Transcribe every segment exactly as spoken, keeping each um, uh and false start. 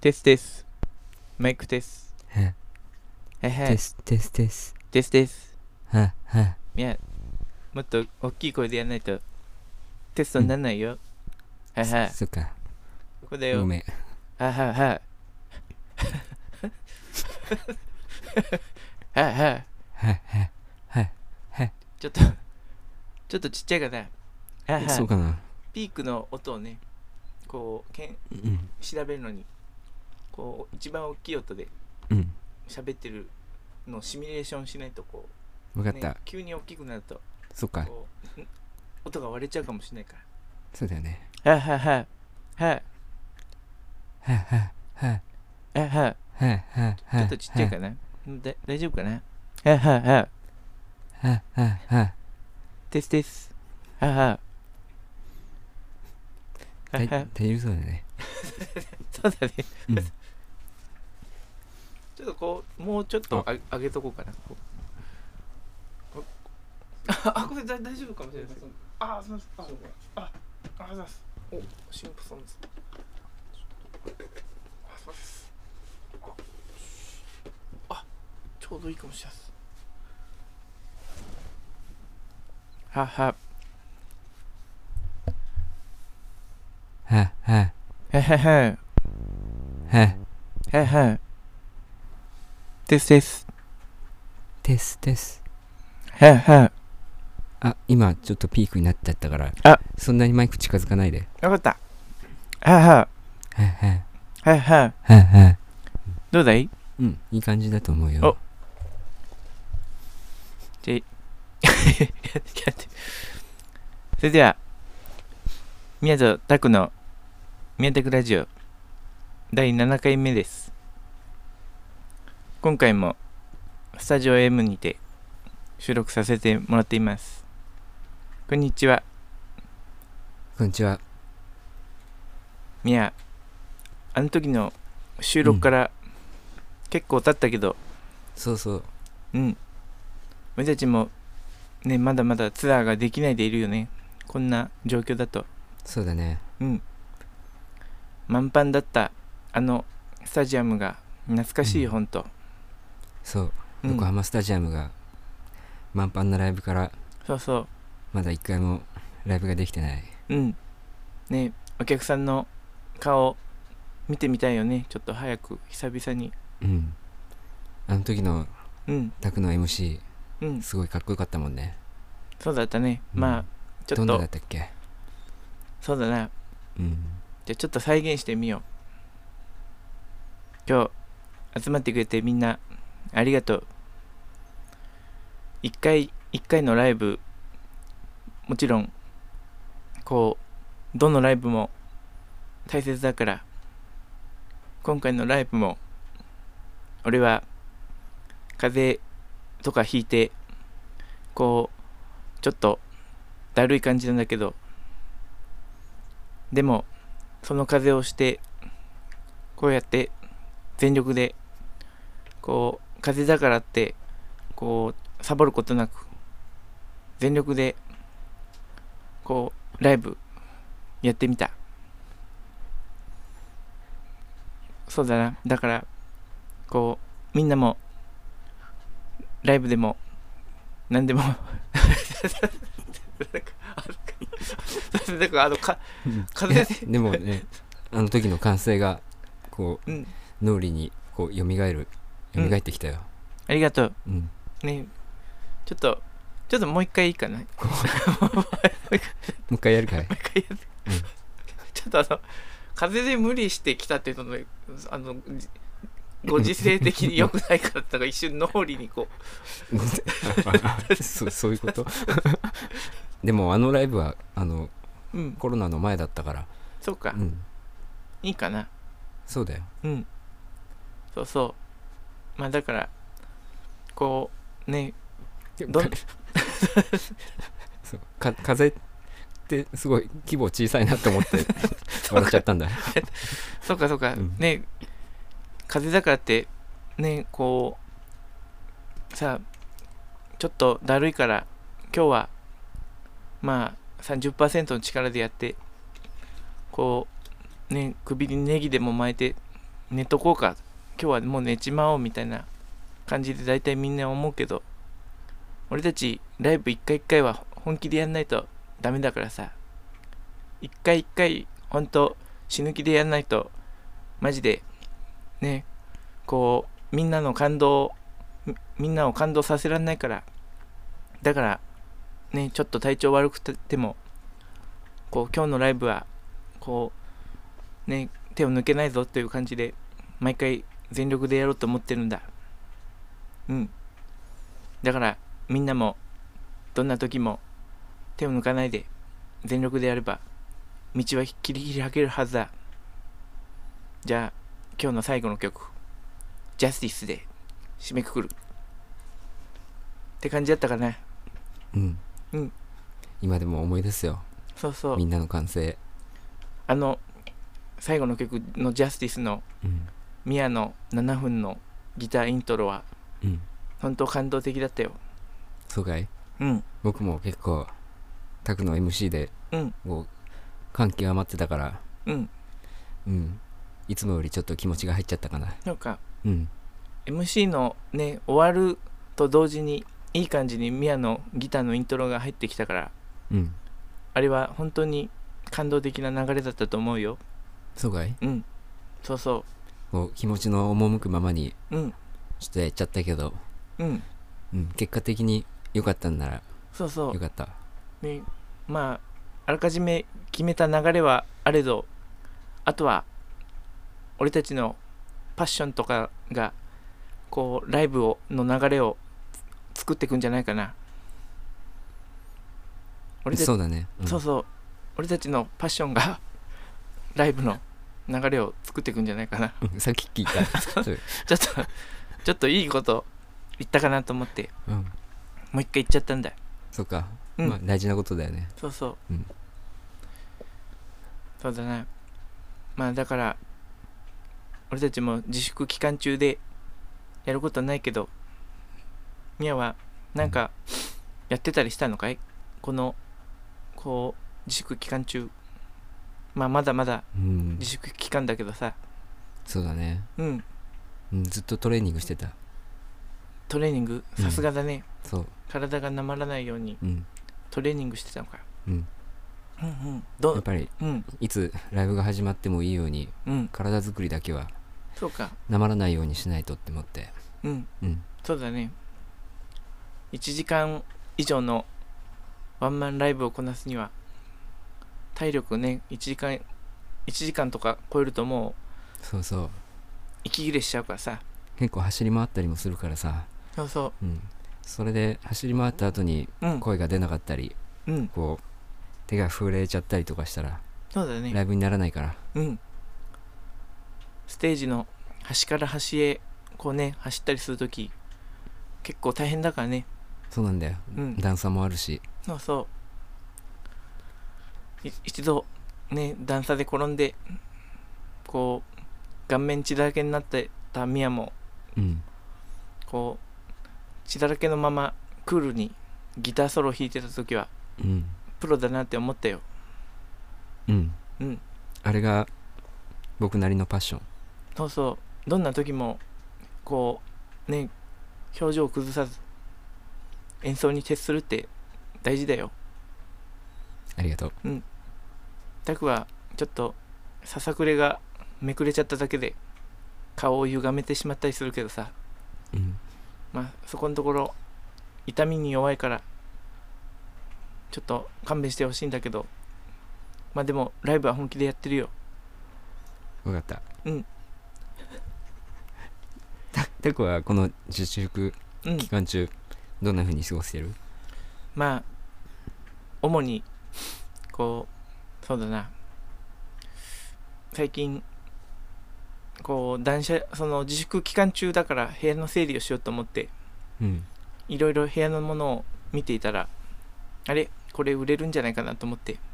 テステス。マイクテス。 はへへ。 テステステステステス。 ははいや、もっと大きい声でやらないとテストにならないよ。はは。 そっかここだよ。 ごめんははは。ははは。 ははははちょっと、ちょっとちっちゃいかな。はは。 そうかなピークの音をね、こうけんうん調べるのに、こう一番大きい音でうん喋ってるのをシミュレーションしないとこう、 分かった、 ね、急に大きくなるとそっかこうん音が割れちゃうかもしれないかそうだよねら。ははははははははは。 ははちょっとちっちゃいかな。だ大丈夫かな。ははは。 はははテステス。はは。は大は。 大丈夫そうだねそうだね。 うんちょっとこう、もうちょっとあ上げとこうかな。こうあ、あこれだ大丈夫かもしれない。あ、すみません。あ、あ、あ、ありがとうございます。お、シンプソンです。あ、すみません。あ、ちょうどいいかもしれないです。はは。 ははへへへ。 はへへ。テステス。 テステスへへ。 あ今ちょっとピークになっちゃったからあそんなにマイク近づかないでわかった。はは。 はははは。 ははどうだい。 うんいい感じだと思うよおじゃやってそれでは宮戸拓の宮拓ラジオだいななかいめです。今回もスタジオ M にて収録させてもらっています。こんにちは。 こんにちは宮、あの時の収録から結構経ったけど、 そうそううん、俺たちもねまだまだツアーができないでいるよね。こんな状況だと。 そうだねうん、満帆だったあのスタジアムが懐かしい、 うんほんと。 そううん横浜スタジアムが満帆なライブからそうそまだ一回もライブができてないううんね、お客さんの顔見てみたいよね。ちょっと早く久々に。 うんあの時のうんタクの エムシうんーすごいかっこよかったもんねそうだったね、 うんまあちょどんなだっとったっけそうだな。 うんじゃあちょっと再現してみよう。今日集まってくれてみんなありがとう。一回一回のライブ、もちろんこうどのライブも大切だから、今回のライブも俺は風邪とかひいてこうちょっとだるい感じなんだけど、でもその風邪をしてこうやって全力でこう風邪だからってこうサボることなく全力でこうライブやってみた。そうだな。だからこうみんなもライブでも何でもなんかなんかあのか風邪ででもねあの時の歓声がこう、 うん、 脳裏にこう蘇る蘇ってきたよ、 ありがとううんね。ちょっとちょっともう一回いいかな。もうもう一回やるかい、 一回やって、 うんちょっとあの風邪で無理してきたっていうののあのご時世的に良くないからったから一瞬脳裏にこそ, そういうことでもあのライブはあのう、うん、 コロナの前だったから、 そうか、 うん、 いいかな。 そうだよ、 うんそうそう。まあだからこうねどんそうか風ってすごい規模小さいなと思って笑っちゃったんだそうかそうか、うん、ね風邪だからってねこうさちょっとだるいから今日はまあ さんじゅっパーセント の力でやってこうね首にネギでも巻いて寝とこうか、今日はもう寝ちまおうみたいな感じで大体みんな思うけど、俺たちライブ一回一回は本気でやんないとダメだからさ、一回一回ほんと死ぬ気でやんないとマジでね、こうみんなの感動みみんなを感動させられないから。だからね、ちょっと体調悪くてもこう今日のライブはこうね、手を抜けないぞという感じで毎回全力でやろうと思ってるんだ。うん。だからみんなもどんな時も手を抜かないで全力でやれば道は切り開けるはずだ。じゃあ今日の最後の曲ジャスティスで締めくくるって感じだったかな。 うんうん今でも思い出すよ、 そうそう、 みんなの歓声。 あの最後の曲のジャスティスのうんミヤのななふんのギターイントロはうん本当感動的だったよ。 そうかい。 うん僕も結構タクの エムシー でうんこう感極まってたから、 うんうんいつもよりちょっと気持ちが入っちゃったかな。 なんかうんエムシー のね終わると同時にいい感じにミヤのギターのイントロが入ってきたから、 うんあれは本当に感動的な流れだったと思うよ。 そうかい。 うんそうそこう気持ちの赴くままにううんちょっとやっちゃったけど、 うんうん結果的に良かったんならそうそう良かった。 ね、まああらかじめ決めた流れはあれど、あとは俺たちのパッションとかがこうライブをの流れを作っていくんじゃないかな。俺たちそうだね、うん、 そうそう俺たちのパッションがライブの流れを作っていくんじゃないかな。 うんさっき聞いたそうちょっとちょっといいこと言ったかなと思ってうんもう一回言っちゃったんだよ。 そうか、 うんまあ大事なことだよね。 そうそう、 うんそうだな。まあだから俺たちも自粛期間中でやることないけど、ミヤはなんかやってたりしたのかい、このこう自粛期間中。まあまだまだうん自粛期間だけどさ、 そうだね、 うんうんずっとトレーニングしてた。 トレーニングさすがだね、 そう体がなまらないようにうんトレーニングしてたのか。 うんうんうんどやっぱりうんいつライブが始まってもいいようにうん体作りだけはそうかなまらないようにしないとって思って。 うんうんそうだね。いちじかん以上のワンマンライブをこなすには体力ね、いちじかんいちじかんとか超えるともうそうそう息切れしちゃうからさ。 結構走り回ったりもするからさ、 そうそうん、それで走り回った後にううん声が出なかったりうんこう手が震えちゃったりとかしたらそうだね。 ライブにならないから。 うんステージの端から端へこうね走ったりするとき結構大変だからね。 そうなんだよ、 うん段差もあるし。 そうそうい一度ね段差で転んでこう顔面血だらけになってたミヤもうんこう血だらけのままクールにギターソロを弾いてた時はうんプロだなって思ったよ。 うんうんあれが僕なりのパッション。 そうそうどんな時もこうね表情を崩さず演奏に徹するって大事だよ。 ありがとう。 タクはちょっとささくれがめくれちゃっただけで顔を歪めてしまったりするけどさ、 うんまあそこのところ痛みに弱いからちょっと勘弁してほしいんだけど、まあでもライブは本気でやってるよ。 分かった。 うんたタコはこの自粛うん期間中どんな風に過ごしてる？ まあ主にこうそうだな最近こう断捨その自粛期間中だから部屋の整理をしようと思ってうんいろいろ部屋のものを見ていたらあれこれ売れるんじゃないかなと思って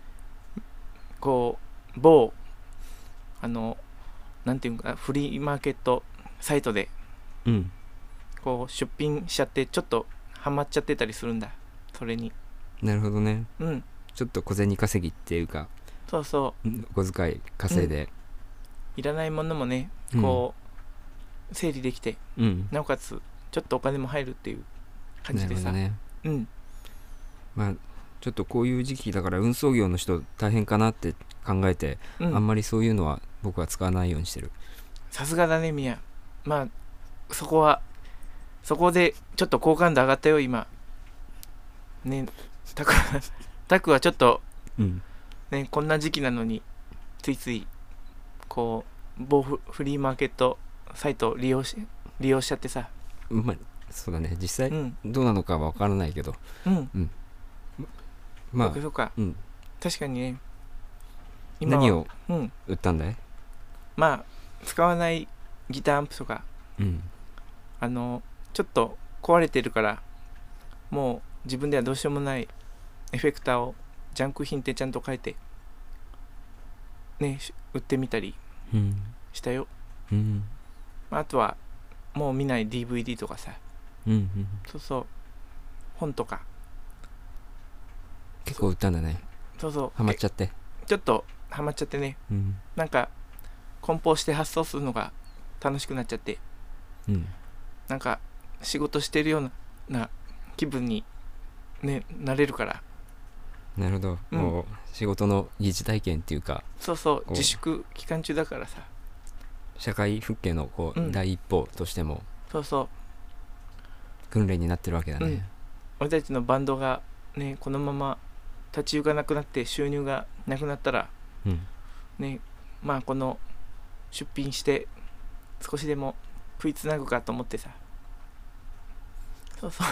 こう某あのなんていうかフリーマーケットサイトでうんこう出品しちゃってちょっとハマっちゃってたりするんだ。それになるほどね。 うんちょっと小銭稼ぎっていうかそうそうんお小遣い稼いで、 ういらないものもねこう、整理できて、 うんなおかつちょっとお金も入るっていう感じでさ、 なるほどね。 うんまあちょっとこういう時期だから運送業の人大変かなって考えて、 うん、 あんまりそういうのは僕は使わないようにしてる。 さすがだねみや。まあそこはそこでちょっと好感度上がったよ今ね。タクタクはちょっとうんね、こんな時期なのについついこう某フフリーマーケットサイトを利用し利用しちゃってさ、 まあそうだね、実際うんどうなのかは分からないけど、 うんまあそうかそうか、 うん確かにね。今は何をうん売ったんだい？ まあ使わないギターアンプとか、 うんあのちょっと壊れてるからもう自分ではどうしようもないエフェクターをジャンク品ってちゃんと書いてねし売ってみたりうんしたよ。 うんまああとはもう見ない ディーブイディー とかさ、 うんうんそうそう本とか、 結構売ったんだね。 そうそうハマっちゃって。 ちょっとハマっちゃってね。 うんなんか梱包して発送するのが楽しくなっちゃって、 うんなんか仕事してるような気分にねなれるから。 なるほど、 うんもう仕事の疑似体験っていうか、 そうそうこう自粛期間中だからさ、 社会復帰のこう、 うん第一歩としてもそうそう訓練になってるわけだね。 うん俺たちのバンドがねこのまま立ち行かなくなって収入がなくなったらうんね、まあこの出品して少しでも食いつなぐかと思ってさ、そうそう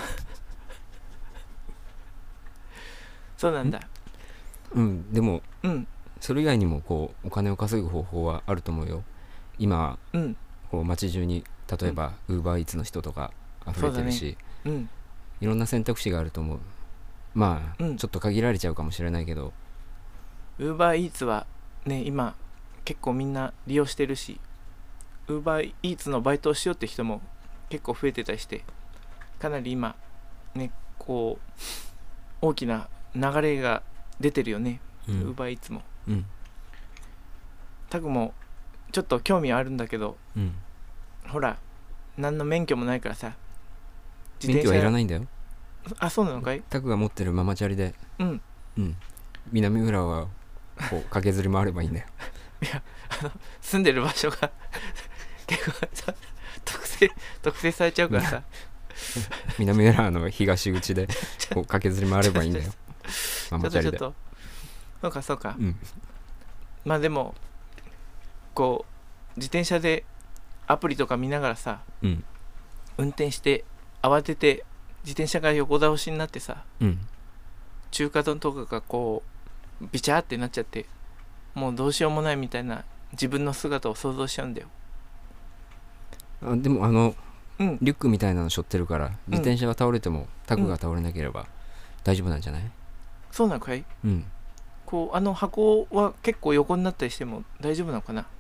そうなんだ。 うんでもうんそれ以外にもこうお金を稼ぐ方法はあると思うよ。今うんこう街中に例えばウーバーイーツの人とか溢れてるし、 うんいろんな選択肢があると思う。まあ、 うんちょっと限られちゃうかもしれないけど、 ウーバーイーツはね今結構みんな利用してるし、ウーバーイーツのバイトをしようって人も結構増えてたりして、かなり今ねこう大きな流れが出てるよね、 うウーんバーイーツも。 うんタグもちょっと興味はあるんだけど、 うんほら何の免許もないからさ、 免許はいらい。 ないんだよ。 あ、そうなのかい？ タクが持ってるママチャリで、 うんうん、南浦和こう駆けずり回ればいいんだよ。 住んでる場所が結構さ特定特定されちゃうからさ南浦和の東口でこう駆けずり回ればいいんだよ。マちょマチャリで。 っとちょっとそうかそうか、 うんまあでもこう自転車でアプリとか見ながらさうん運転して慌てて自転車が横倒しになってさ、 うん中華丼とかがこうビチャーってなっちゃって、もうどうしようもないみたいな自分の姿を想像しちゃうんだよ。 あでもあのうんリュックみたいなの背負ってるから自転車が倒れてもタクが倒れなければ大丈夫なんじゃない？ そうなのかい？ うんこうあの箱は結構横になったりしても大丈夫なのかな？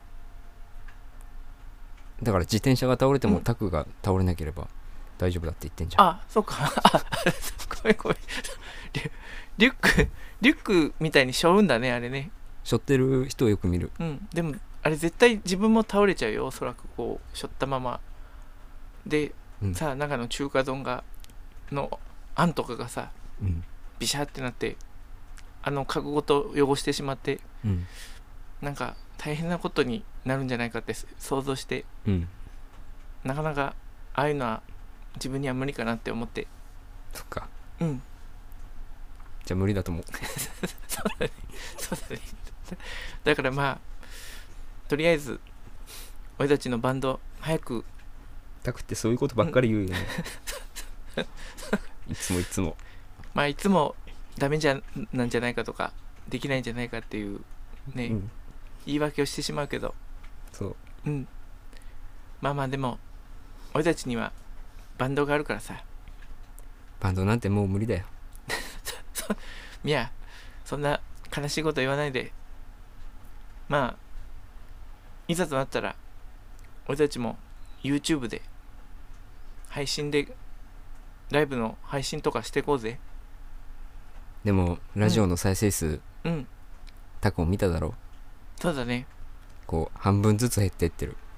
だから自転車が倒れてもうんタクが倒れなければ大丈夫だって言ってんじゃん。 あ、そうか。あごめんごめん。リュリュックリュックみたいに背負うんだねあれね。 背負ってる人をよく見る。 うん。でもあれ絶対自分も倒れちゃうよ、おそらくこう背負ったままで、 うんさあ中の中華丼がのあんとかがさうんビシャーってなってあのカゴごと汚してしまって、 うんなんか大変なことになるんじゃないかって想像して、 うんなかなかああいうのは自分には無理かなって思って。 そっか。 うんじゃあ無理だと思う。 そうだねそうだねだからまあとりあえず俺たちのバンド早く、 タクってそういうことばっかり言うよね。いつもいつも。 まあいつもダメじゃなんじゃないかとかできないんじゃないかっていうね、 うん言い訳をしてしまうけど、 そう。 うんまあまあでも俺たちにはバンドがあるからさ。 バンドなんてもう無理だよ。 いやそんな悲しいこと言わないで、まあいざとなったら俺たちも YouTube で配信でライブの配信とかしていこうぜ。 でもラジオの再生数、 うんタクも見ただろう。 そうだね。 こう半分ずつ減ってってる。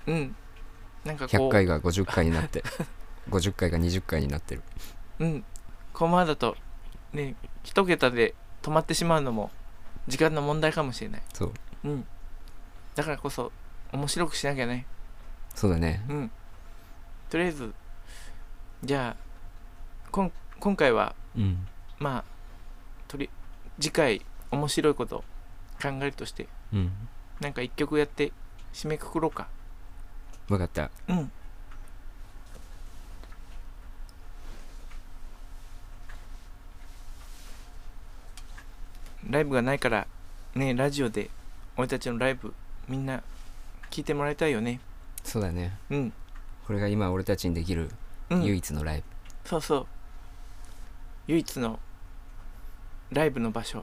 うんなんかこうひゃっかいがごじゅっかいになってごじゅっかいがにじゅっかいになってる。 うんこのままだとね一桁で止まってしまうのも時間の問題かもしれない。 そううんだからこそ面白くしなきゃね。 そうだね。 うんとりあえずじゃあこん今回はうんまあとり次回面白いこと考えるとしてうんなんか一曲やって締めくくろうか。 分かった。 うんライブがないからねラジオで俺たちのライブみんな聞いてもらいたいよね。 そうだね。 うんこれが今俺たちにできるうん唯一のライブ。 そうそう唯一のライブの場所。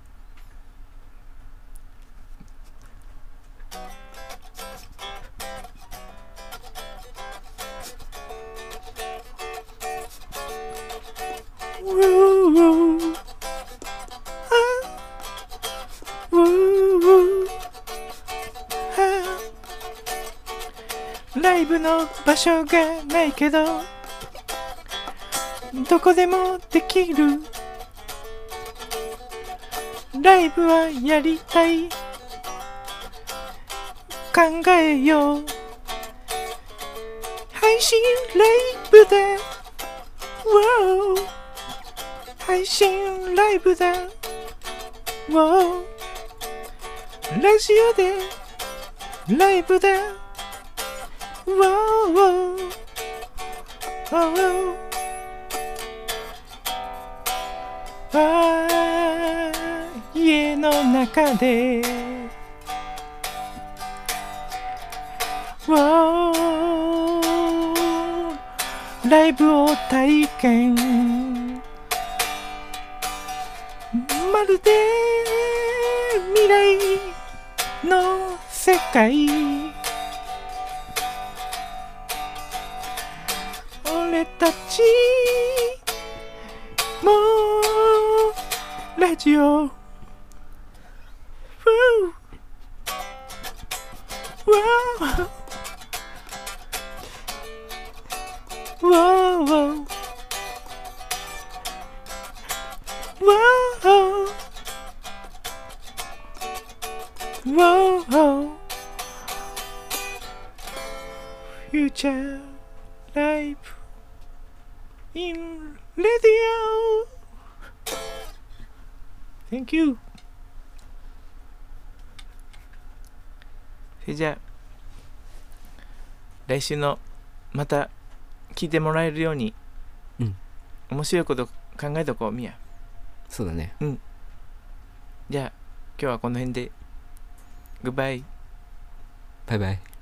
ライブの場所がないけどどこでもできるライブはやりたい考えよう配信ライブだ Wow 配信ライブだ Wow ラジオでライブだ Wow Wow あー家の中で Wow ライブを体験まるで未来の世界俺たちもうラジオ Wow Wow Wow Wow Future Life in Radio Thank you それじゃあ来週のまた聞いてもらえるように、 うん、 面白いこと考えとこうみや。 そうだね。 うんじゃあ今日はこの辺でグッバイ。 バイバイ。